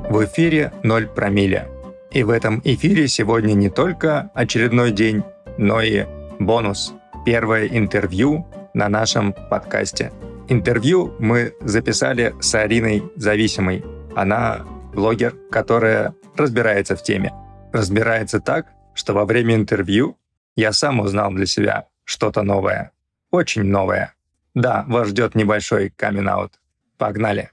В эфире «Ноль промилле». И в этом эфире сегодня не только очередной день, но и бонус. Первое интервью на нашем подкасте. Интервью мы записали с Ариной Зависимой. Она блогер, которая разбирается в теме. Разбирается так, что во время интервью я сам узнал для себя что-то новое. Очень новое. Да, вас ждет небольшой камин-аут. Погнали!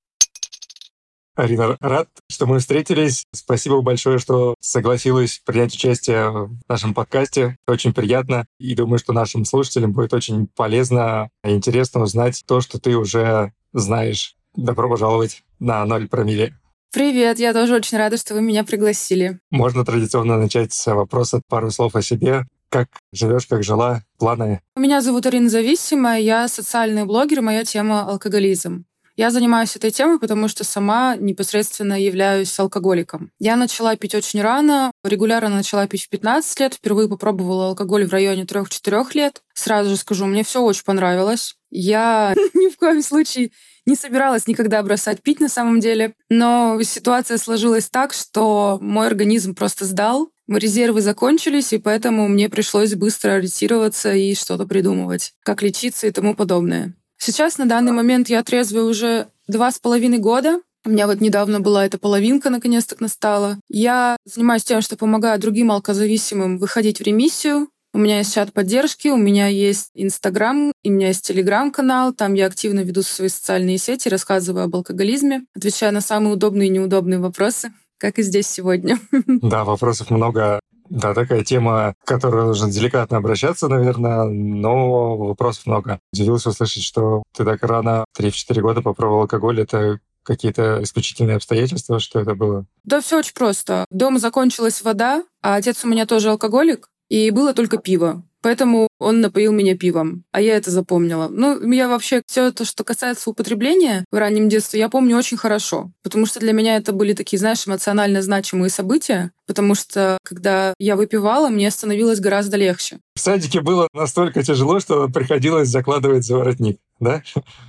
Арина, рад, что мы встретились. Спасибо большое, что согласилась принять участие в нашем подкасте. Очень приятно. И думаю, что нашим слушателям будет очень полезно и интересно узнать то, что ты уже знаешь. Добро пожаловать на «Ноль промилле». Привет, я тоже очень рада, что вы меня пригласили. Можно традиционно начать с вопроса, пару слов о себе. Как живешь, как жила, планы? Меня зовут Арина Зависимая, я социальный блогер, моя тема — алкоголизм. Я занимаюсь этой темой, потому что сама непосредственно являюсь алкоголиком. Я начала пить очень рано, регулярно начала пить в 15 лет, впервые попробовала алкоголь в районе 3-4 лет. Сразу же скажу, мне все очень понравилось. Я ни в коем случае не собиралась никогда бросать пить на самом деле, но ситуация сложилась так, что мой организм просто сдал, резервы закончились, и поэтому мне пришлось быстро ориентироваться и что-то придумывать, как лечиться и тому подобное. Сейчас, на данный момент, я трезвая уже 2,5 года. У меня вот недавно была эта половинка, наконец-то настала. Я занимаюсь тем, что помогаю другим алкозависимым выходить в ремиссию. У меня есть чат поддержки, у меня есть Инстаграм, у меня есть Телеграм-канал. Там я активно веду свои социальные сети, рассказываю об алкоголизме, отвечаю на самые удобные и неудобные вопросы, как и здесь сегодня. Да, вопросов много. Да, такая тема, к которой нужно деликатно обращаться, наверное, но вопросов много. Удивился услышать, что ты так рано, 3-4 года попробовал алкоголь. Это какие-то исключительные обстоятельства? Что это было? Да, все очень просто. Дома закончилась вода, а отец у меня тоже алкоголик, и было только пиво. Поэтому он напоил меня пивом, а я это запомнила. Я вообще все то, что касается употребления в раннем детстве, я помню очень хорошо, потому что для меня это были такие, знаешь, эмоционально значимые события, потому что когда я выпивала, мне становилось гораздо легче. В садике было настолько тяжело, что приходилось закладывать за воротник, да?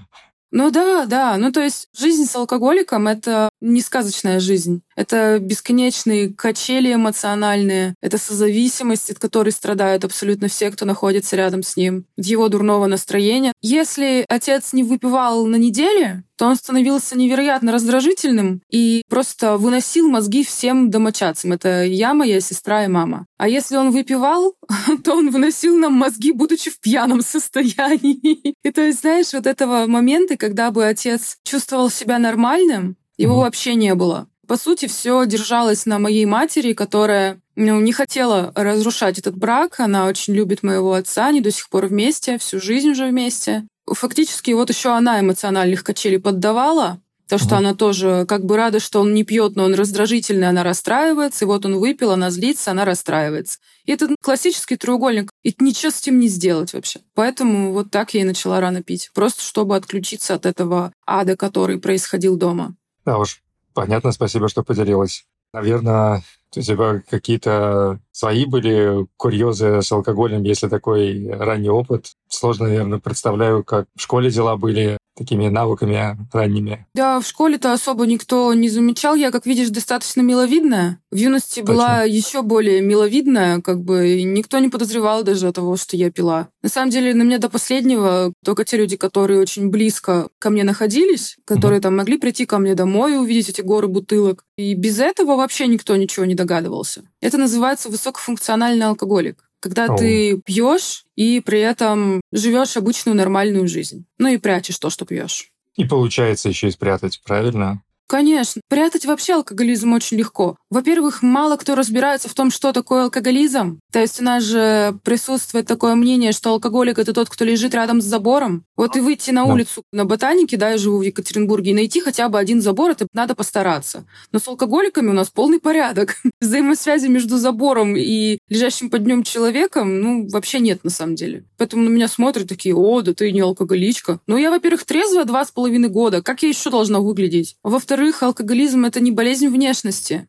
Да. То есть жизнь с алкоголиком — это не сказочная жизнь. Это бесконечные качели эмоциональные, это созависимость, от которой страдают абсолютно все, кто находится рядом с ним, от его дурного настроения. Если отец не выпивал на неделе, то он становился невероятно раздражительным и просто выносил мозги всем домочадцам. Это я, моя сестра и мама. А если он выпивал, то он выносил нам мозги, будучи в пьяном состоянии. И то есть, знаешь, вот этого момента, когда бы отец чувствовал себя нормальным, его вообще не было. По сути, все держалось на моей матери, которая не хотела разрушать этот брак. Она очень любит моего отца, они до сих пор вместе, всю жизнь уже вместе. Фактически, вот еще она эмоциональных качелей поддавала, потому что она тоже как бы рада, что он не пьет, но он раздражительный, она расстраивается. И вот он выпил, она злится, она расстраивается. И это классический треугольник. И ничего с этим не сделать вообще. Поэтому вот так я и начала рано пить. Просто чтобы отключиться от этого ада, который происходил дома. Да уж, понятно, спасибо, что поделилась. Наверное, у тебя какие-то свои были курьезы с алкоголем, если такой ранний опыт. Сложно, наверное, представляю, как в школе дела были такими навыками ранними. Да, в школе-то особо никто не замечал. Я, как видишь, достаточно миловидная. В юности была еще более миловидная, и никто не подозревал даже того, что я пила. На самом деле, на меня до последнего только те люди, которые очень близко ко мне находились, которые там могли прийти ко мне домой и увидеть эти горы бутылок. И без этого вообще никто ничего не догадывался. Это называется высокофункциональный алкоголик. Когда ты пьешь и при этом живешь обычную нормальную жизнь. И прячешь то, что пьешь. И получается еще и спрятать, правильно? Конечно. Прятать вообще алкоголизм очень легко. Во-первых, мало кто разбирается в том, что такое алкоголизм. То есть у нас же присутствует такое мнение, что алкоголик — это тот, кто лежит рядом с забором. Вот и выйти на улицу на Ботанике, я живу в Екатеринбурге, и найти хотя бы один забор — это надо постараться. Но с алкоголиками у нас полный порядок. Взаимосвязи между забором и лежащим под ним человеком, вообще нет на самом деле. Поэтому на меня смотрят такие: «О, да ты не алкоголичка». Я, во-первых, трезвая 2,5 года. Как я еще должна выглядеть? Во-вторых, алкоголизм — это не болезнь внешности.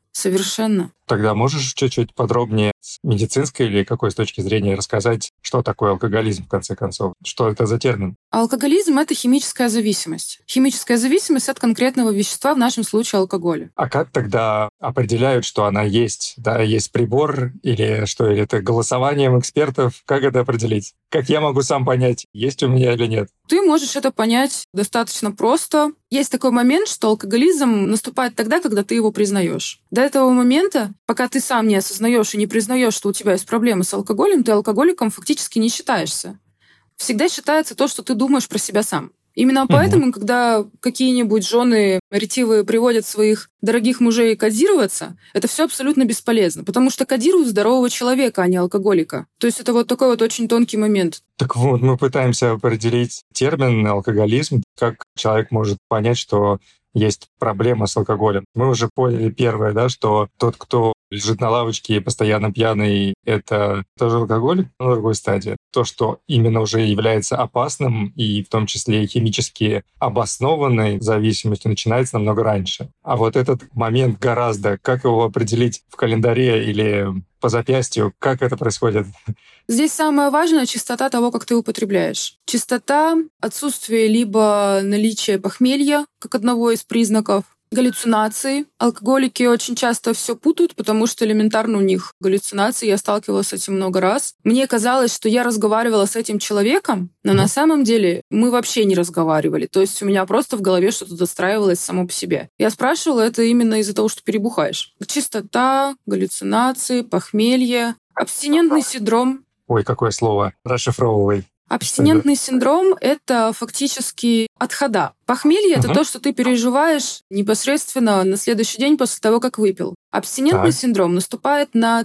Совершенно. Тогда можешь чуть-чуть подробнее с медицинской или какой с точки зрения рассказать, что такое алкоголизм, в конце концов? Что это за термин? Алкоголизм — это химическая зависимость. Химическая зависимость от конкретного вещества, в нашем случае алкоголя. А как тогда определяют, что она есть? Да, есть прибор или что? Или это голосованием экспертов? Как это определить? Как я могу сам понять, есть у меня или нет? Ты можешь это понять достаточно просто. Есть такой момент, что алкоголизм наступает тогда, когда ты его признаешь. До этого момента, пока ты сам не осознаешь и не признаешь, что у тебя есть проблемы с алкоголем, ты алкоголиком фактически не считаешься. Всегда считается то, что ты думаешь про себя сам. Именно поэтому, когда какие-нибудь жены ретивые приводят своих дорогих мужей кодироваться, это все абсолютно бесполезно, потому что кодируют здорового человека, а не алкоголика. То есть это вот такой вот очень тонкий момент. Так вот, мы пытаемся определить термин алкоголизм, как человек может понять, что есть проблема с алкоголем. Мы уже поняли первое, да, что тот, кто лежит на лавочке и постоянно пьяный, это тоже алкоголик на другой стадии. То, что именно уже является опасным и в том числе химически обоснованной зависимостью, начинается намного раньше. А вот этот момент гораздо, как его определить в календаре или по запястью, как это происходит? Здесь самое важное — чистота того, как ты употребляешь. Чистота, отсутствие либо наличия похмелья, как одного из признаков, галлюцинации. Алкоголики очень часто все путают, потому что элементарно у них галлюцинации. Я сталкивалась с этим много раз. Мне казалось, что я разговаривала с этим человеком, но на самом деле мы вообще не разговаривали. То есть у меня просто в голове что-то достраивалось само по себе. Я спрашивала это именно из-за того, что перебухаешь. Чистота, галлюцинации, похмелье, абстинентный синдром. Ой, какое слово. Расшифровывай. Абстинентный синдром — это фактически отхода. Похмелье — это то, что ты переживаешь непосредственно на следующий день после того, как выпил. Абстинентный синдром наступает на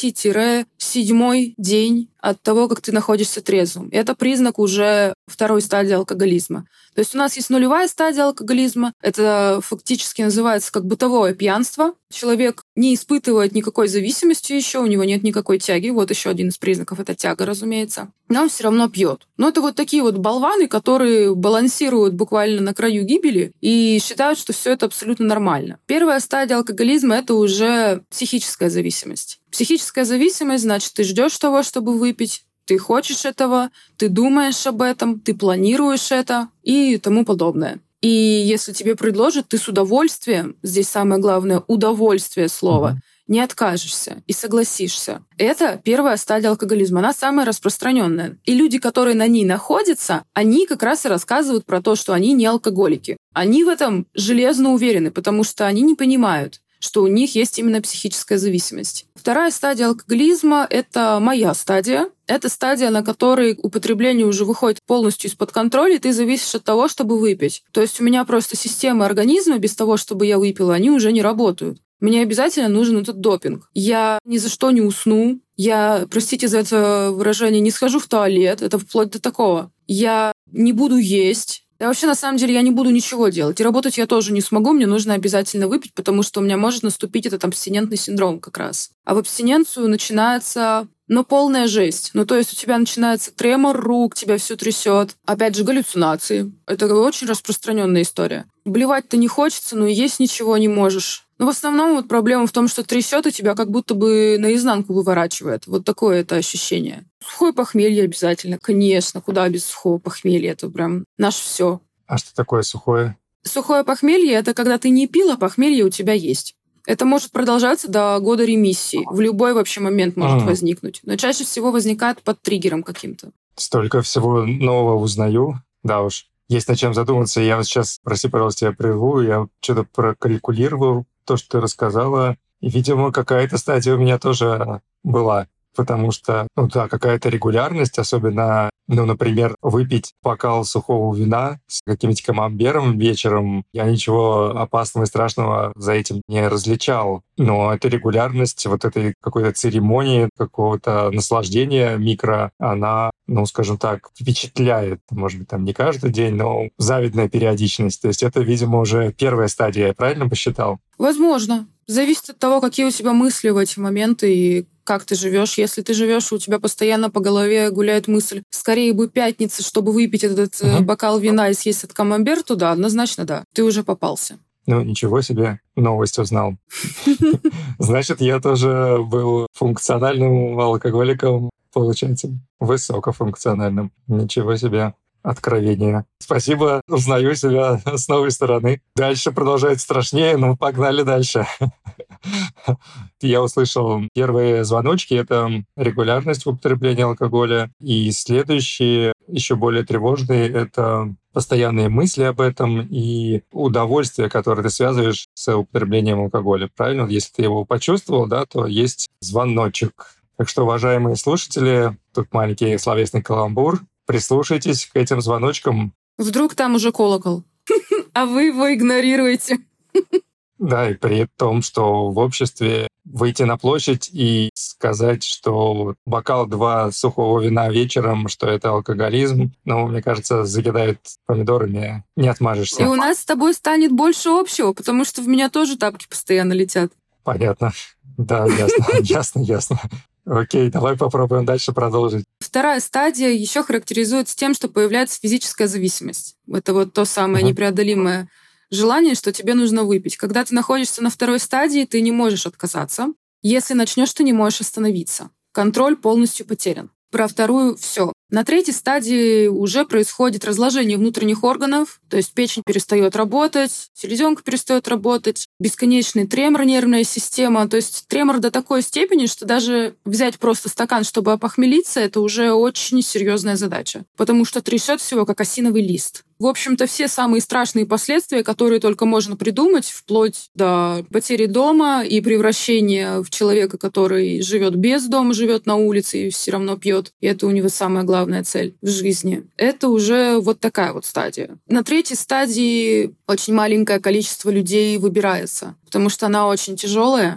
3-7 день от того, как ты находишься трезвым. Это признак уже второй стадии алкоголизма. То есть у нас есть нулевая стадия алкоголизма. Это фактически называется как бытовое пьянство. Человек не испытывает никакой зависимости еще, у него нет никакой тяги. Вот еще один из признаков — это тяга, разумеется. Но он все равно пьет. Но это вот такие вот болваны, которые балансируют буквально на краю гибели и считают, что все это абсолютно нормально. Первая стадия алкоголизма — это уже психическая зависимость. Психическая зависимость, значит, ты ждешь того, чтобы выпить, ты хочешь этого, ты думаешь об этом, ты планируешь это и тому подобное. И если тебе предложат, ты с удовольствием, здесь самое главное — удовольствие слова, не откажешься и согласишься. Это первая стадия алкоголизма. Она самая распространенная. И люди, которые на ней находятся, они как раз и рассказывают про то, что они не алкоголики. Они в этом железно уверены, потому что они не понимают, что у них есть именно психическая зависимость. Вторая стадия алкоголизма — это моя стадия. Это стадия, на которой употребление уже выходит полностью из-под контроля, и ты зависишь от того, чтобы выпить. То есть у меня просто системы организма без того, чтобы я выпила, они уже не работают. Мне обязательно нужен этот допинг. Я ни за что не усну. Я, простите за это выражение, не схожу в туалет. Это вплоть до такого. Я не буду есть. Да вообще, на самом деле, я не буду ничего делать. И работать я тоже не смогу. Мне нужно обязательно выпить, потому что у меня может наступить этот абстинентный синдром как раз. А в абстиненцию начинается полная жесть. То есть у тебя начинается тремор рук, тебя все трясет. Опять же, галлюцинации. Это очень распространенная история. Блевать-то не хочется, но и есть ничего не можешь. Но в основном вот проблема в том, что трясет и тебя как будто бы наизнанку выворачивает. Вот такое это ощущение. Сухое похмелье обязательно, конечно. Куда без сухого похмелья? Это прям наше все. А что такое сухое? Сухое похмелье — это когда ты не пил, а похмелье у тебя есть. Это может продолжаться до года ремиссии. В любой вообще момент может возникнуть. Но чаще всего возникает под триггером каким-то. Столько всего нового узнаю. Да уж, есть над чем задуматься. Я вот сейчас, прости, пожалуйста, я прерву. Я что-то прокалькулировал то, что ты рассказала. И, видимо, какая-то стадия у меня тоже была. Потому что, какая-то регулярность, особенно, например, выпить бокал сухого вина с каким-нибудь камамбером вечером, я ничего опасного и страшного за этим не различал. Но эта регулярность вот этой какой-то церемонии, какого-то наслаждения микро, она, скажем так, впечатляет. Может быть, там не каждый день, но завидная периодичность. То есть это, видимо, уже первая стадия. Я правильно посчитал? Возможно. Зависит от того, какие у тебя мысли в эти моменты и как ты живешь. Если ты живешь, у тебя постоянно по голове гуляет мысль: скорее бы пятница, чтобы выпить этот бокал вина и съесть этот камамбер, то да, однозначно да. Ты уже попался. Ну, ничего себе, новость узнал. Значит, я тоже был функциональным алкоголиком, получается, высокофункциональным. Ничего себе. Откровение. Спасибо, узнаю себя с новой стороны. Дальше продолжает страшнее, но погнали дальше. Я услышал первые звоночки — это регулярность в употреблении алкоголя. И следующие, еще более тревожные, это постоянные мысли об этом и удовольствие, которое ты связываешь с употреблением алкоголя. Правильно? Если ты его почувствовал, да, то есть звоночек. Так что, уважаемые слушатели, тут маленький словесный каламбур. Прислушайтесь к этим звоночкам. Вдруг там уже колокол, а вы его игнорируете. Да, и при том, что в обществе выйти на площадь и сказать, что бокал 2 сухого вина вечером, что это алкоголизм, ну, мне кажется, закидают помидорами, не отмажешься. И у нас с тобой станет больше общего, потому что в меня тоже тапки постоянно летят. Понятно. Да, ясно. Окей, давай попробуем дальше продолжить. Вторая стадия еще характеризуется тем, что появляется физическая зависимость. Это вот то самое непреодолимое желание, что тебе нужно выпить. Когда ты находишься на второй стадии, ты не можешь отказаться. Если начнешь, ты не можешь остановиться. Контроль полностью потерян. Про вторую — все. На третьей стадии уже происходит разложение внутренних органов, то есть печень перестает работать, селезенка перестает работать, бесконечный тремор, нервная система. То есть тремор до такой степени, что даже взять просто стакан, чтобы опохмелиться, это уже очень серьезная задача, потому что трясет всего как осиновый лист. В общем-то, все самые страшные последствия, которые только можно придумать, вплоть до потери дома и превращения в человека, который живет без дома, живет на улице и все равно пьет. И это у него самая главная цель в жизни. Это уже вот такая вот стадия. На третьей стадии очень маленькое количество людей выбирается, потому что она очень тяжелая.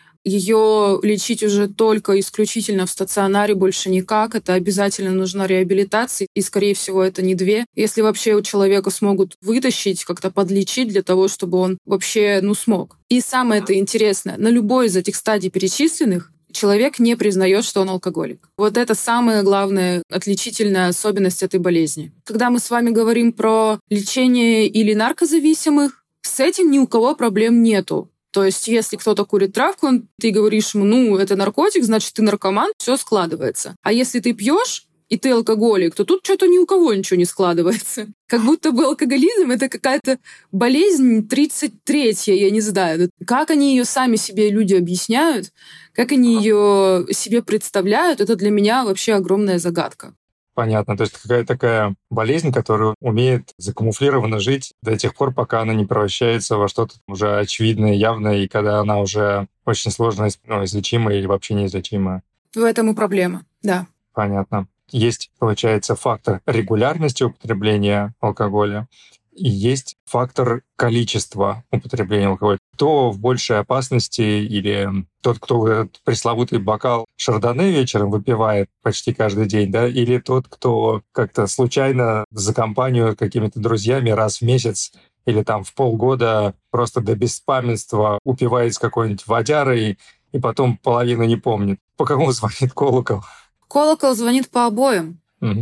Ее лечить уже только исключительно в стационаре, больше никак. Это обязательно нужна реабилитация, и, скорее всего, это не 2. Если вообще у человека смогут вытащить, как-то подлечить для того, чтобы он вообще, смог. И самое это интересное, на любой из этих стадий перечисленных человек не признает, что он алкоголик. Вот это самая главная отличительная особенность этой болезни. Когда мы с вами говорим про лечение или наркозависимых, с этим ни у кого проблем нету. То есть, если кто-то курит травку, ты говоришь ему, это наркотик, значит, ты наркоман, все складывается. А если ты пьешь и ты алкоголик, то тут что-то ни у кого ничего не складывается. Как будто бы алкоголизм — это какая-то болезнь 33-я, я не знаю. Как они ее сами себе люди объясняют, как они ее себе представляют, это для меня вообще огромная загадка. Понятно. То есть какая-то такая болезнь, которая умеет закамуфлированно жить до тех пор, пока она не превращается во что-то уже очевидное, явное, и когда она уже очень сложно излечимая или вообще неизлечимая. В этом и проблема, да. Понятно. Есть, получается, фактор регулярности употребления алкоголя, и есть фактор количества употребления алкоголя. Кто в большей опасности, или тот, кто этот пресловутый бокал шардоне вечером выпивает почти каждый день, да, или тот, кто как-то случайно за компанию какими-то друзьями раз в месяц или там в полгода просто до беспамятства упивает с какой-нибудь водярой и потом половину не помнит. По кому звонит колокол? Колокол звонит по обоим,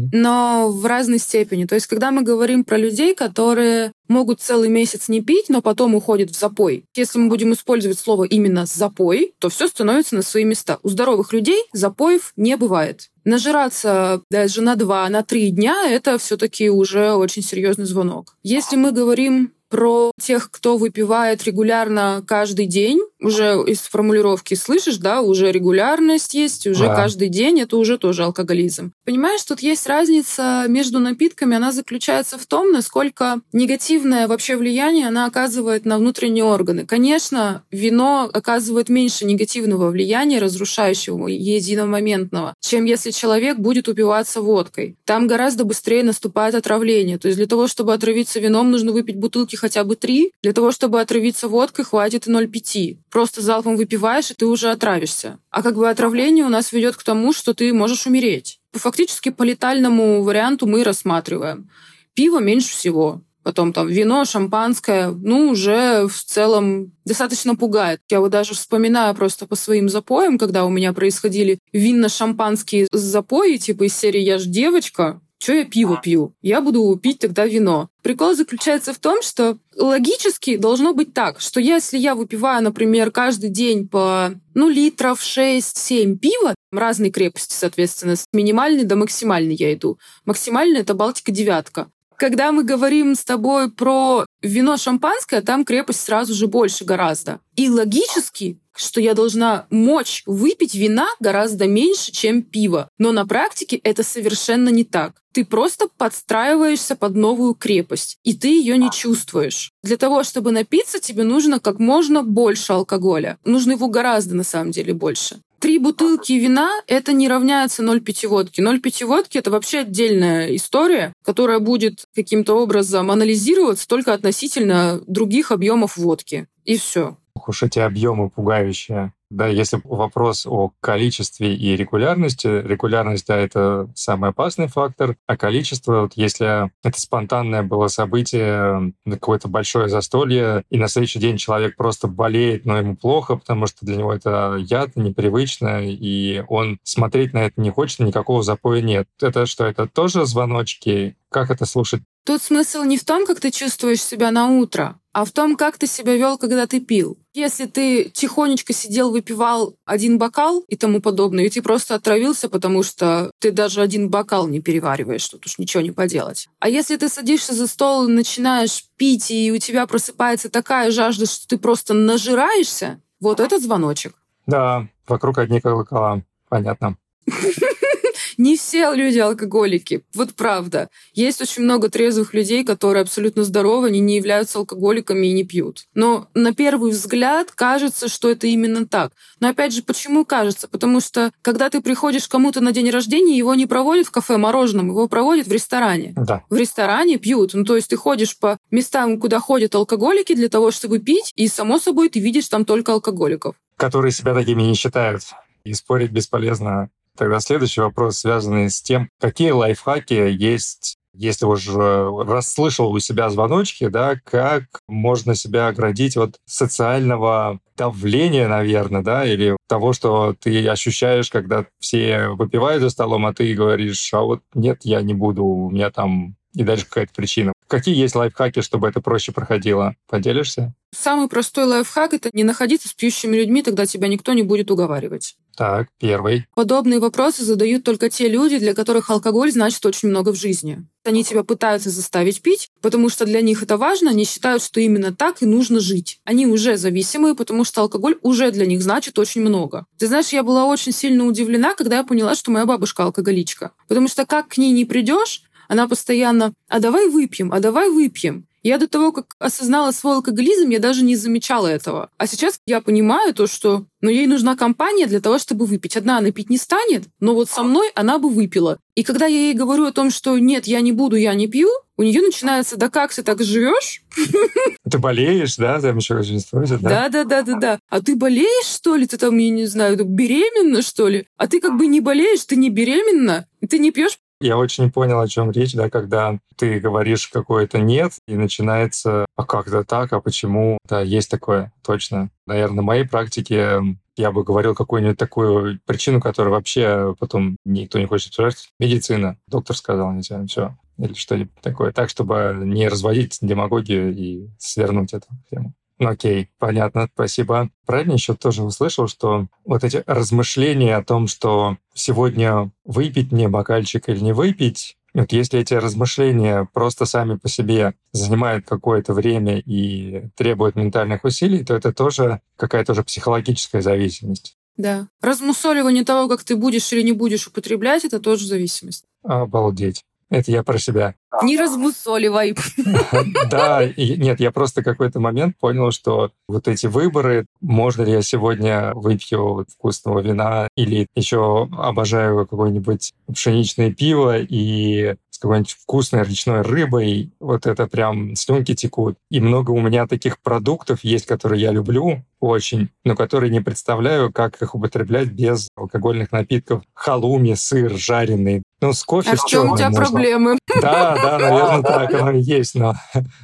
но в разной степени. То есть, когда мы говорим про людей, которые могут целый месяц не пить, но потом уходят в запой. Если мы будем использовать слово именно «запой», то все становится на свои места. У здоровых людей запоев не бывает. Нажираться даже на 2, на 3 дня — это все-таки уже очень серьезный звонок. Если мы говорим про тех, кто выпивает регулярно каждый день, уже из формулировки слышишь, да, уже регулярность есть, уже каждый день, это уже тоже алкоголизм. Понимаешь, тут есть разница между напитками, она заключается в том, насколько негативное вообще влияние она оказывает на внутренние органы. Конечно, вино оказывает меньше негативного влияния, разрушающего, единомоментного, чем если человек будет упиваться водкой. Там гораздо быстрее наступает отравление. То есть для того, чтобы отравиться вином, нужно выпить бутылки хотя бы 3. Для того, чтобы отравиться водкой, хватит и 0,5. Просто залпом выпиваешь, и ты уже отравишься. А отравление у нас ведет к тому, что ты можешь умереть. Фактически по летальному варианту мы рассматриваем. Пиво меньше всего. Потом там вино, шампанское, уже в целом достаточно пугает. Я вот даже вспоминаю просто по своим запоям, когда у меня происходили винно-шампанские запои, типа из серии «Я ж девочка», Что я пиво пью? Я буду пить тогда вино. Прикол заключается в том, что логически должно быть так, что если я выпиваю, например, каждый день по литров 6-7 пива, разной крепости, соответственно, с минимальной до максимальной я иду. Максимальная — это Балтика-9. Когда мы говорим с тобой про вино шампанское, там крепость сразу же больше гораздо. И логически, что я должна мочь выпить вина гораздо меньше, чем пиво. Но на практике это совершенно не так. Ты просто подстраиваешься под новую крепость, и ты ее не чувствуешь. Для того, чтобы напиться, тебе нужно как можно больше алкоголя. Нужно его гораздо, на самом деле, больше. 3 бутылки вина — это не равняется 0,5 водки. 0,5 водки — это вообще отдельная история, которая будет каким-то образом анализироваться только относительно других объемов водки. И все. Уж эти объемы пугающие. Да, если вопрос о количестве и регулярности, регулярность, да, это самый опасный фактор, а количество, вот если это спонтанное было событие, какое-то большое застолье, и на следующий день человек просто болеет, но ему плохо, потому что для него это яд, непривычно, и он смотреть на это не хочет, никакого запоя нет. Это что, это тоже звоночки? Как это слушать? Тут смысл не в том, как ты чувствуешь себя на утро, а в том, как ты себя вел, когда ты пил. Если ты тихонечко сидел, выпивал 1 бокал и тому подобное, и ты просто отравился, потому что ты даже 1 бокал не перевариваешь, тут уж ничего не поделать. А если ты садишься за стол и начинаешь пить, и у тебя просыпается такая жажда, что ты просто нажираешься, вот это звоночек. Да, вокруг одни колокола. Понятно. Не все люди алкоголики, вот правда. Есть очень много трезвых людей, которые абсолютно здоровы, они не являются алкоголиками и не пьют. Но на первый взгляд кажется, что это именно так. Но опять же, почему кажется? Потому что, когда ты приходишь к кому-то на день рождения, его не проводят в кафе мороженым, его проводят в ресторане. Да. В ресторане пьют. То есть ты ходишь по местам, куда ходят алкоголики для того, чтобы пить, и, само собой, ты видишь там только алкоголиков. Которые себя такими не считают. И спорить бесполезно. Тогда следующий вопрос, связанный с тем, какие лайфхаки есть, если уже расслышал у себя звоночки, да, как можно себя оградить от социального давления, наверное, да, или того, что ты ощущаешь, когда все выпивают за столом, а ты говоришь, а вот нет, я не буду, у меня там и дальше какая-то причина. Какие есть лайфхаки, чтобы это проще проходило? Поделишься? Самый простой лайфхак — это не находиться с пьющими людьми, тогда тебя никто не будет уговаривать. Так, первый. Подобные вопросы задают только те люди, для которых алкоголь значит очень много в жизни. Они тебя пытаются заставить пить, потому что для них это важно, они считают, что именно так и нужно жить. Они уже зависимые, потому что алкоголь уже для них значит очень много. Ты знаешь, я была очень сильно удивлена, когда я поняла, что моя бабушка алкоголичка. Потому что как к ней не придешь, она постоянно «а давай выпьем, а давай выпьем». Я до того, как осознала свой алкоголизм, я даже не замечала этого. А сейчас я понимаю то, что ей нужна компания для того, чтобы выпить. Одна она пить не станет, но вот со мной она бы выпила. И когда я ей говорю о том, что нет, я не буду, я не пью, у нее начинается «да как ты так живешь?» Ты болеешь, да? Там еще очень спросят, да? Да. А ты болеешь, что ли? Ты там, я не знаю, беременна, что ли? А ты как бы не болеешь, ты не беременна, ты не пьешь. Я очень понял, о чем речь, да, когда ты говоришь какое-то «нет», и начинается «а как это так, а почему?» Да, есть такое, точно. Наверное, в моей практике я бы говорил какую-нибудь такую причину, которую вообще потом никто не хочет обсуждать. Медицина. Доктор сказал, не знаю, все. Или что-нибудь такое. Так, чтобы не разводить демагогию и свернуть эту тему. Окей, понятно, спасибо. Правильно еще тоже услышал, что вот эти размышления о том, что сегодня выпить мне бокальчик или не выпить, вот если эти размышления просто сами по себе занимают какое-то время и требуют ментальных усилий, то это тоже какая-то уже психологическая зависимость. Да. Размусоливание того, как ты будешь или не будешь употреблять, это тоже зависимость. Обалдеть. Это я про себя. Не размусоливай. Да, нет, я просто в какой-то момент понял, что вот эти выборы, можно ли я сегодня выпью вкусного вина, или еще обожаю какое-нибудь пшеничное пиво и с какой-нибудь вкусной речной рыбой, вот это прям слюнки текут. И много у меня таких продуктов есть, которые я люблю очень, но которые не представляю, как их употреблять без алкогольных напитков. Халуми, сыр жареный. Ну, с кофе А в чем у тебя можно. проблемы? Да, наверное, так оно и есть. Но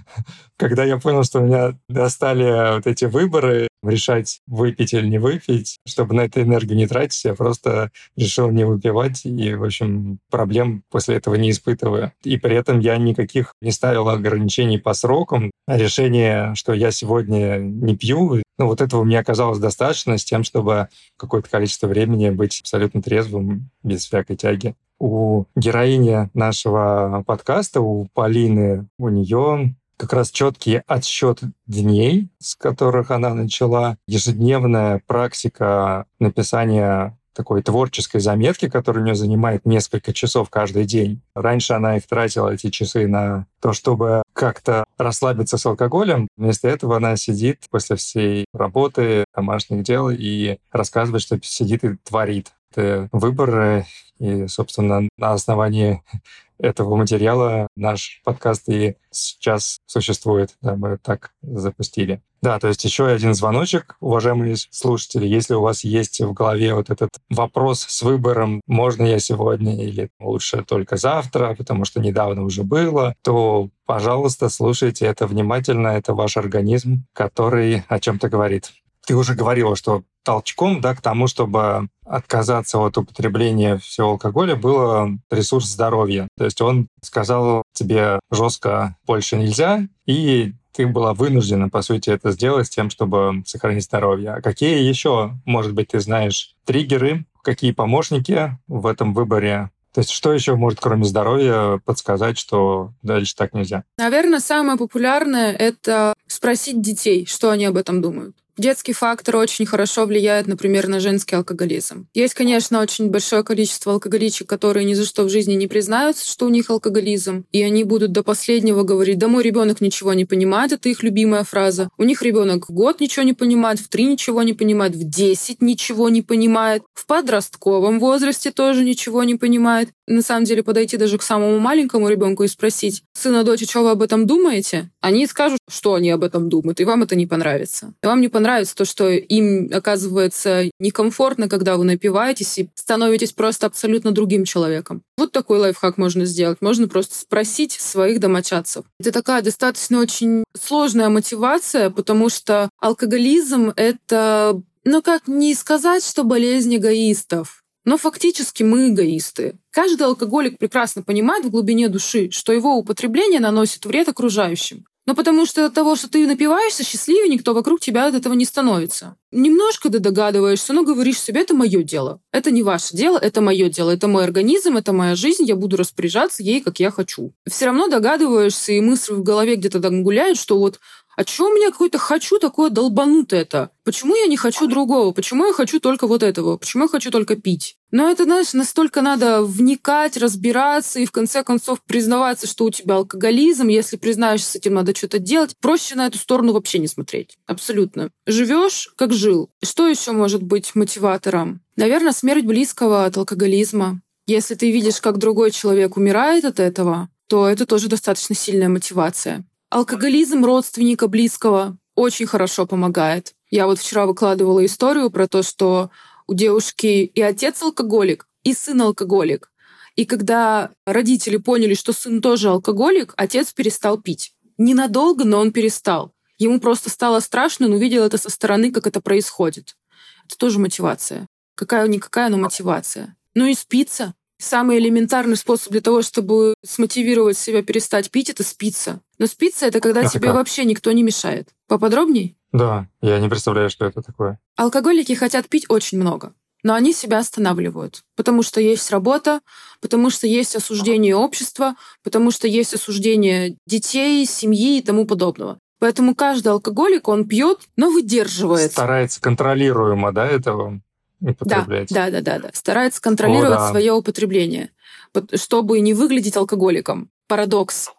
когда я понял, что меня достали вот эти выборы, решать, выпить или не выпить, чтобы на эту энергию не тратить, я просто решил не выпивать и, в общем, проблем после этого не испытываю. И при этом я никаких не ставил ограничений по срокам. Решение, что я сегодня не пью, вот этого мне оказалось достаточно с тем, чтобы какое-то количество времени быть абсолютно трезвым, без всякой тяги. У героини нашего подкаста, у Полины, у нее как раз четкий отсчет дней, с которых она начала, ежедневная практика написания такой творческой заметки, которая у нее занимает несколько часов каждый день. Раньше она их тратила, эти часы, на то, чтобы как-то расслабиться с алкоголем. Вместо этого она сидит после всей работы, домашних дел и рассказывает, что сидит и творит. Это выбор, и, собственно, на основании этого материала наш подкаст и сейчас существует. Да, мы так запустили. Да, то есть еще один звоночек, уважаемые слушатели. Если у вас есть в голове вот этот вопрос с выбором, можно я сегодня или лучше только завтра, потому что недавно уже было, то, пожалуйста, слушайте это внимательно. Это ваш организм, который о чем-то говорит. Ты уже говорила, что толчком, да, к тому, чтобы отказаться от употребления всего алкоголя, был ресурс здоровья. То есть он сказал тебе жестко больше нельзя, и ты была вынуждена, по сути, это сделать с тем, чтобы сохранить здоровье. А какие еще, может быть, ты знаешь триггеры, какие помощники в этом выборе? То есть что еще может, кроме здоровья, подсказать, что дальше так нельзя? Наверное, самое популярное — это спросить детей, что они об этом думают. Детский фактор очень хорошо влияет, например, на женский алкоголизм. Есть, конечно, очень большое количество алкоголичек, которые ни за что в жизни не признаются, что у них алкоголизм, и они будут до последнего говорить: да мой ребенок ничего не понимает, это их любимая фраза. У них ребенок в год ничего не понимает, в 3 ничего не понимает, в 10 ничего не понимает, в подростковом возрасте тоже ничего не понимает. На самом деле, подойти даже к самому маленькому ребенку и спросить: сына, дочь, что вы об этом думаете? Они скажут, что они об этом думают, и вам это не понравится. И вам не понравится то, что им оказывается некомфортно, когда вы напиваетесь и становитесь просто абсолютно другим человеком. Вот такой лайфхак можно сделать. Можно просто спросить своих домочадцев. Это такая достаточно очень сложная мотивация, потому что алкоголизм — это, как не сказать, что болезнь эгоистов. Но фактически мы эгоисты. Каждый алкоголик прекрасно понимает в глубине души, что его употребление наносит вред окружающим. Но потому что от того, что ты напиваешься, счастливее никто вокруг тебя от этого не становится. Немножко ты догадываешься, но говоришь себе: это мое дело. Это не ваше дело, это мое дело. Это мой организм, это моя жизнь, я буду распоряжаться ей, как я хочу. Все равно догадываешься, и мысль в голове где-то там гуляет, что вот: а чего у меня какое-то хочу такое долбанутое-то? Почему я не хочу другого? Почему я хочу только вот этого? Почему я хочу только пить? Но это, знаешь, настолько надо вникать, разбираться и в конце концов признаваться, что у тебя алкоголизм. Если признаешься, с этим надо что-то делать. Проще на эту сторону вообще не смотреть. Абсолютно. Живешь, как жил. Что еще может быть мотиватором? Наверное, смерть близкого от алкоголизма. Если ты видишь, как другой человек умирает от этого, то это тоже достаточно сильная мотивация. Алкоголизм родственника близкого очень хорошо помогает. Я вот вчера выкладывала историю про то, что у девушки и отец алкоголик, и сын алкоголик. И когда родители поняли, что сын тоже алкоголик, отец перестал пить. Ненадолго, но он перестал. Ему просто стало страшно, он увидел это со стороны, как это происходит. Это тоже мотивация. Какая-никакая, но мотивация. Ну и спиться. Самый элементарный способ для того, чтобы смотивировать себя перестать пить, это спиться. Но спиться — это когда тебе вообще никто не мешает. Поподробней? Да, я не представляю, что это такое. Алкоголики хотят пить очень много, но они себя останавливают. Потому что есть работа, потому что есть осуждение общества, потому что есть осуждение детей, семьи и тому подобного. Поэтому каждый алкоголик, он пьет, но выдерживает. Старается контролируемо, да, этого употреблять? Да. Старается контролировать свое употребление, чтобы не выглядеть алкоголиком. Парадокс.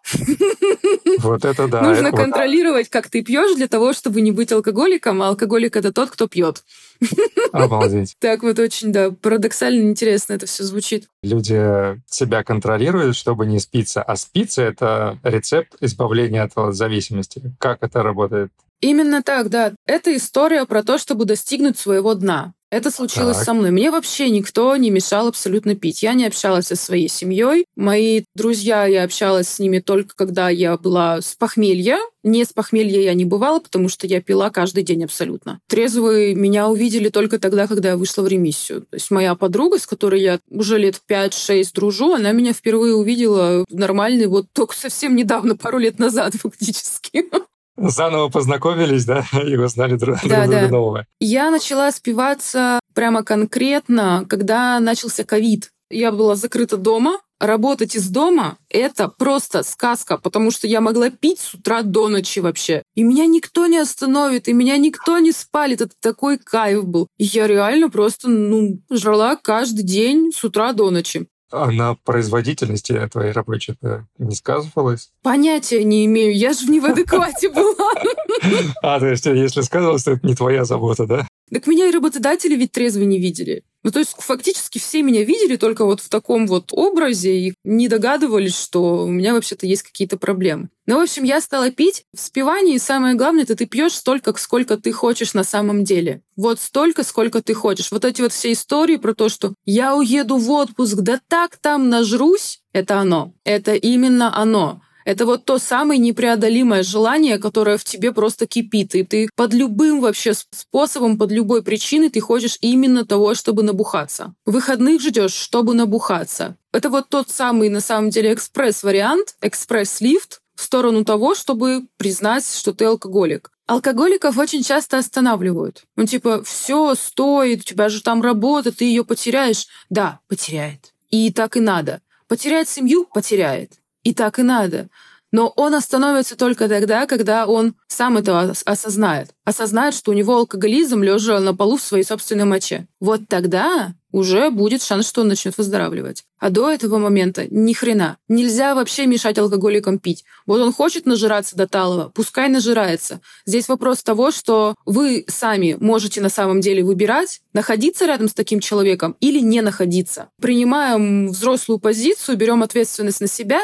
Вот это да. Нужно контролировать, как ты пьешь, для того, чтобы не быть алкоголиком, а алкоголик — это тот, кто пьет. Обалдеть. Так вот очень, парадоксально интересно это все звучит. Люди себя контролируют, чтобы не спиться, а спиться — это рецепт избавления от зависимости. Как это работает? Именно так, да. Это история про то, чтобы достигнуть своего дна. Это случилось Так. со мной. Мне вообще никто не мешал абсолютно пить. Я не общалась со своей семьей. Мои друзья, я общалась с ними только когда я была с похмелья. Не с похмелья я не бывала, потому что я пила каждый день абсолютно. Трезвые меня увидели только тогда, когда я вышла в ремиссию. То есть моя подруга, с которой я уже лет 5-6 дружу, она меня впервые увидела нормальной вот только совсем недавно, пару лет назад фактически. Заново познакомились, да, и узнали друг Да, друга да. нового. Я начала спиваться прямо конкретно, когда начался ковид. Я была закрыта дома. Работать из дома — это просто сказка, потому что я могла пить с утра до ночи вообще. И меня никто не остановит, и меня никто не спалит. Это такой кайф был. И я реально просто, жрала каждый день с утра до ночи. А на производительности твоей рабочей это не сказывалось? Понятия не имею, я же не в адеквате была. То есть, если сказывалось, то это не твоя забота, да? Так меня и работодатели ведь трезво не видели. То есть фактически все меня видели только вот в таком вот образе и не догадывались, что у меня вообще-то есть какие-то проблемы. В общем, я стала пить. В спивании самое главное — это ты пьешь столько, сколько ты хочешь на самом деле. Вот столько, сколько ты хочешь. Вот эти вот все истории про то, что я уеду в отпуск, да так там нажрусь, это оно. Это именно оно. Это вот то самое непреодолимое желание, которое в тебе просто кипит. И ты под любым вообще способом, под любой причиной ты хочешь именно того, чтобы набухаться. Выходных ждешь, чтобы набухаться. Это вот тот самый, на самом деле, экспресс-вариант, экспресс-лифт в сторону того, чтобы признать, что ты алкоголик. Алкоголиков очень часто останавливают. Все, стой, у тебя же там работа, ты ее потеряешь. Да, потеряет. И так и надо. Потеряет семью — потеряет. И так и надо. Но он остановится только тогда, когда он сам это осознает. Осознает, что у него алкоголизм, лежа на полу в своей собственной моче. Вот тогда уже будет шанс, что он начнет выздоравливать. А до этого момента ни хрена. Нельзя вообще мешать алкоголикам пить. Вот он хочет нажираться до талого, пускай нажирается. Здесь вопрос того, что вы сами можете на самом деле выбирать, находиться рядом с таким человеком или не находиться. Принимаем взрослую позицию, берем ответственность на себя,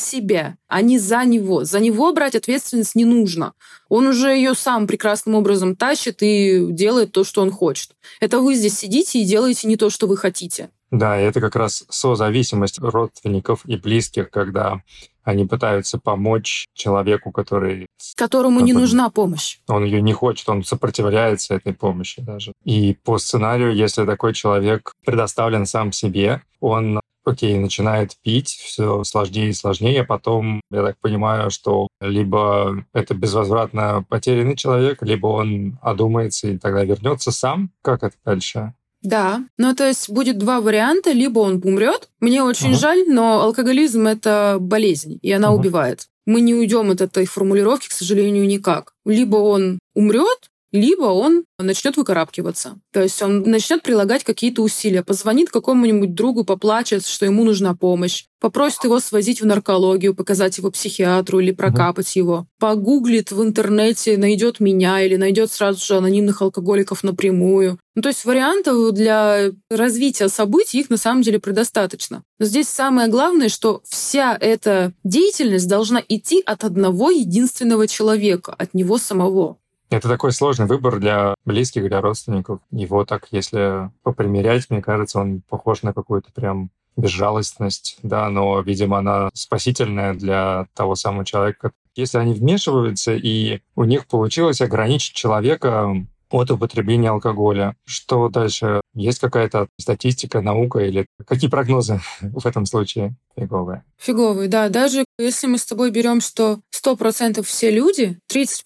а не за него. За него брать ответственность не нужно. Он уже ее сам прекрасным образом тащит и делает то, что он хочет. Это вы здесь сидите и делаете не то, что вы хотите. Да, и это как раз созависимость родственников и близких, когда они пытаются помочь человеку, которому не нужна помощь. Он ее не хочет, он сопротивляется этой помощи даже. И по сценарию, если такой человек предоставлен сам себе, он начинает пить, все сложнее и сложнее, а потом, я так понимаю, что либо это безвозвратно потерянный человек, либо он одумается и тогда вернется сам. Как это дальше? Да, то есть будет два варианта. Либо он умрет. Мне очень жаль, но алкоголизм — это болезнь, и она убивает. Мы не уйдем от этой формулировки, к сожалению, никак. Либо он умрет, либо он начнет выкарабкиваться. То есть он начнет прилагать какие-то усилия, позвонит какому-нибудь другу, поплачет, что ему нужна помощь, попросит его свозить в наркологию, показать его психиатру или прокапать его, погуглит в интернете, найдет меня или найдет сразу же анонимных алкоголиков напрямую. То есть вариантов для развития событий их на самом деле предостаточно. Но здесь самое главное, что вся эта деятельность должна идти от одного единственного человека, от него самого. Это такой сложный выбор для близких, для родственников. Его так, если попримерять, мне кажется, он похож на какую-то прям безжалостность, да, но, видимо, она спасительная для того самого человека. Если они вмешиваются, и у них получилось ограничить человека от употребления алкоголя, что дальше? Есть какая-то статистика, наука или какие прогнозы в этом случае фиговые? Фиговые, да. Даже если мы с тобой берем, что 100% все люди,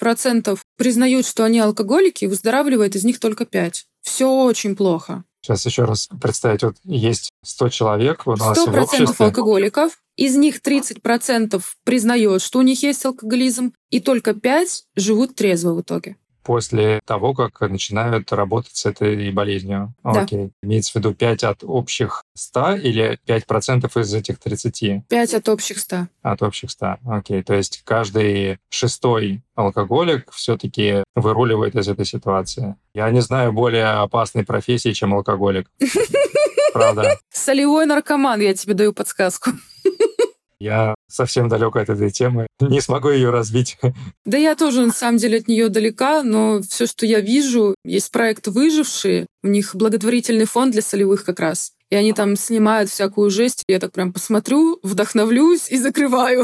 30% признают, что они алкоголики, выздоравливает из них только 5%. Все очень плохо. Сейчас еще раз представить, вот есть 100 человек у нас в 100% обществе. алкоголиков, из них 30% признает, что у них есть алкоголизм, и только 5% живут трезво в итоге. После того, как начинают работать с этой болезнью. Да. Окей. Имеется в виду 5 от общих 100 или 5% из этих 30? 5 от общих 100. От общих 100. Окей. То есть каждый шестой алкоголик все-таки выруливает из этой ситуации. Я не знаю более опасной профессии, чем алкоголик. Правда. Солевой наркоман, я тебе даю подсказку. Я совсем далек от этой темы, не смогу ее развить. Да я тоже, на самом деле, от нее далека, но все, что я вижу, есть проект «Выжившие», у них благотворительный фонд для солевых как раз. И они там снимают всякую жесть. Я так прям посмотрю, вдохновлюсь и закрываю.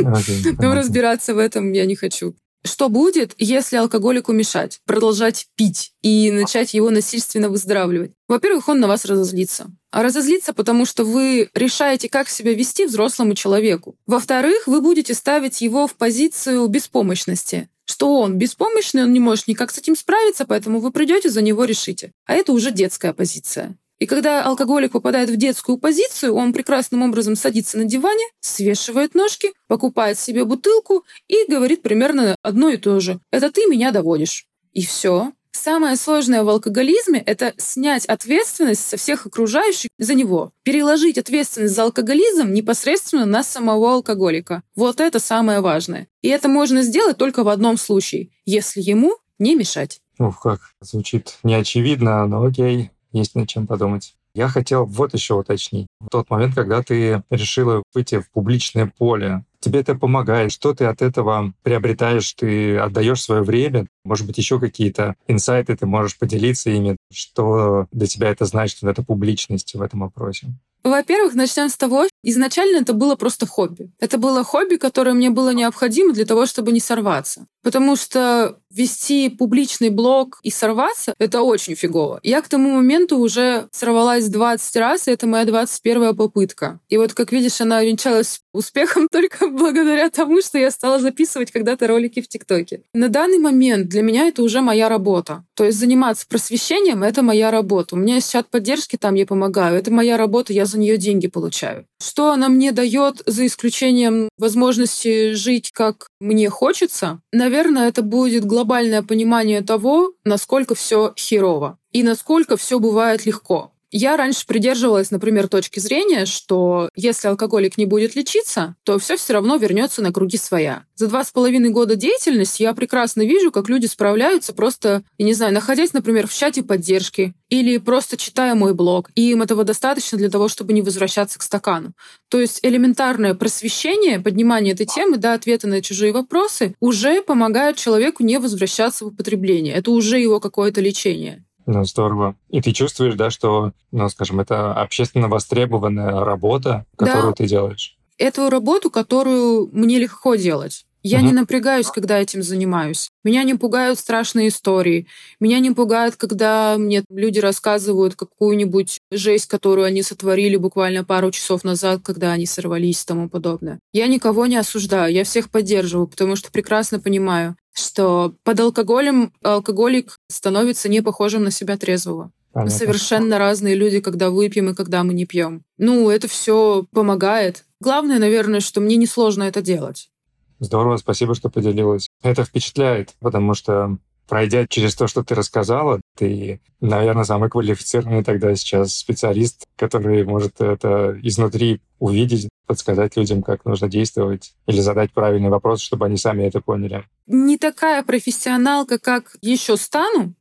Но разбираться в этом я не хочу. Что будет, если алкоголику мешать, продолжать пить и начать его насильственно выздоравливать? Во-первых, он на вас разозлится. А разозлится, потому что вы решаете, как себя вести взрослому человеку. Во-вторых, вы будете ставить его в позицию беспомощности. Что он беспомощный, он не может никак с этим справиться, поэтому вы придете за него решите. А это уже детская позиция. И когда алкоголик попадает в детскую позицию, он прекрасным образом садится на диване, свешивает ножки, покупает себе бутылку и говорит примерно одно и то же. «Это ты меня доводишь». И все. Самое сложное в алкоголизме — это снять ответственность со всех окружающих за него. Переложить ответственность за алкоголизм непосредственно на самого алкоголика. Вот это самое важное. И это можно сделать только в одном случае, если ему не мешать. Ух, как звучит неочевидно, но окей. Есть над чем подумать. Я хотел вот еще уточнить. В тот момент, когда ты решила выйти в публичное поле, тебе это помогает? Что ты от этого приобретаешь? Ты отдаешь свое время? Может быть, еще какие-то инсайты ты можешь поделиться ими? Что для тебя это значит, вот эта публичность в этом вопросе? Во-первых, начнем с того, изначально это было просто хобби. Это было хобби, которое мне было необходимо для того, чтобы не сорваться. Потому что вести публичный блог и сорваться — это очень фигово. Я к тому моменту уже сорвалась 20 раз, и это моя 21-я попытка. И вот, как видишь, она увенчалась успехом только благодаря тому, что я стала записывать когда-то ролики в ТикТоке. На данный момент для меня это уже моя работа. То есть заниматься просвещением — это моя работа. У меня есть чат поддержки, там я помогаю. Это моя работа, я за нее деньги получаю. Что она мне дает, за исключением возможности жить, как мне хочется? Наверное, это будет глобальное понимание того, насколько все херово и насколько все бывает легко. Я раньше придерживалась, например, точки зрения, что если алкоголик не будет лечиться, то все равно вернется на круги своя. За 2,5 года деятельности я прекрасно вижу, как люди справляются просто, я не знаю, находясь, например, в чате поддержки или просто читая мой блог. И им этого достаточно для того, чтобы не возвращаться к стакану. То есть элементарное просвещение, поднимание этой темы до ответа на чужие вопросы уже помогает человеку не возвращаться в употребление. Это уже его какое-то лечение. Ну, здорово. И ты чувствуешь, да, что, ну, скажем, это общественно востребованная работа, которую ты делаешь? Эту работу, которую мне легко делать. Я не напрягаюсь, когда этим занимаюсь. Меня не пугают страшные истории. Меня не пугает, когда мне люди рассказывают какую-нибудь жесть, которую они сотворили буквально пару часов назад, когда они сорвались и тому подобное. Я никого не осуждаю, я всех поддерживаю, потому что прекрасно понимаю, что под алкоголем алкоголик становится не похожим на себя трезвого. Мы совершенно разные люди, когда выпьем и когда мы не пьем. Ну, это все помогает. Главное, наверное, что мне несложно это делать. Здорово, спасибо, что поделилась. Это впечатляет, потому что, пройдя через то, что ты рассказала, ты, наверное, самый квалифицированный тогда сейчас специалист, который может это изнутри увидеть, подсказать людям, как нужно действовать, или задать правильный вопрос, чтобы они сами это поняли. Не такая профессионалка, как еще стану.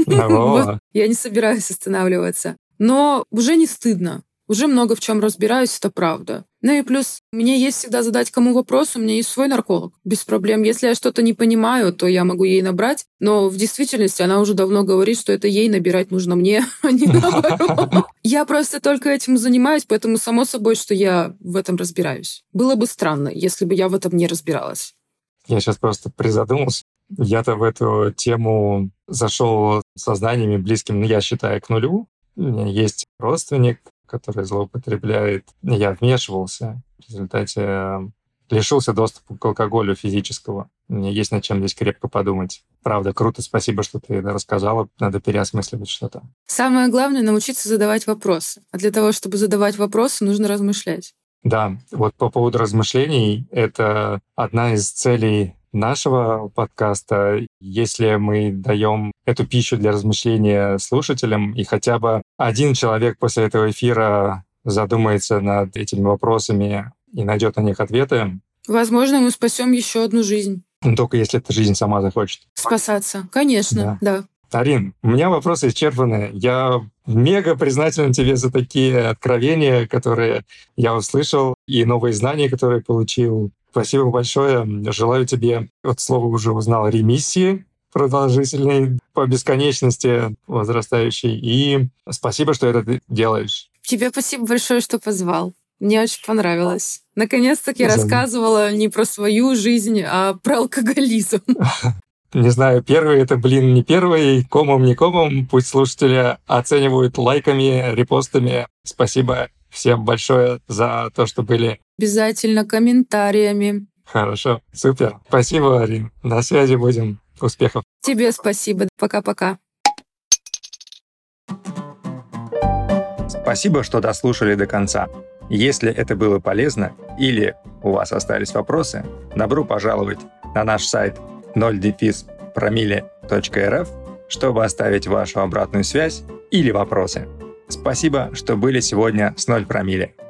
Я не собираюсь останавливаться. Но уже не стыдно. Уже много в чем разбираюсь, это правда. Ну и плюс, мне есть всегда задать кому вопрос, у меня есть свой нарколог. Без проблем. Если я что-то не понимаю, то я могу ей набрать. Но в действительности она уже давно говорит, что это ей набирать нужно мне, а не наоборот. Я просто только этим занимаюсь, поэтому само собой, что я в этом разбираюсь. Было бы странно, если бы я в этом не разбиралась. Я сейчас просто призадумался. Я-то в эту тему зашел со знаниями близким, я считаю, к нулю. У меня есть родственник, который злоупотребляет. Я вмешивался. В результате лишился доступа к алкоголю физического. Мне есть над чем здесь крепко подумать. Правда, круто, спасибо, что ты это рассказала. Надо переосмысливать что-то. Самое главное — научиться задавать вопросы. А для того, чтобы задавать вопросы, нужно размышлять. Да, вот по поводу размышлений, это одна из целей нашего подкаста. Если мы даем эту пищу для размышления слушателям, и хотя бы один человек после этого эфира задумается над этими вопросами и найдет на них ответы. Возможно, мы спасем еще одну жизнь. Только если эта жизнь сама захочет. Спасаться. Конечно, да. Арин, у меня вопросы исчерпаны. Я мега признателен тебе за такие откровения, которые я услышал, и новые знания, которые получил. Спасибо большое. Желаю тебе, вот слово уже узнал, ремиссии продолжительной, по бесконечности возрастающей. И спасибо, что это ты делаешь. Тебе спасибо большое, что позвал. Мне очень понравилось. Наконец-таки я рассказывала не про свою жизнь, а про алкоголизм. Не знаю, первый это, не первый, комом, не комом. Пусть слушатели оценивают лайками, репостами. Спасибо всем большое за то, что были. Обязательно комментариями. Хорошо, супер. Спасибо, Арин. На связи будем. Успехов. Тебе спасибо. Пока-пока. Спасибо, что дослушали до конца. Если это было полезно или у вас остались вопросы, добро пожаловать на наш сайт 0-promille.rf, чтобы оставить вашу обратную связь или вопросы. Спасибо, что были сегодня с 0 промилле.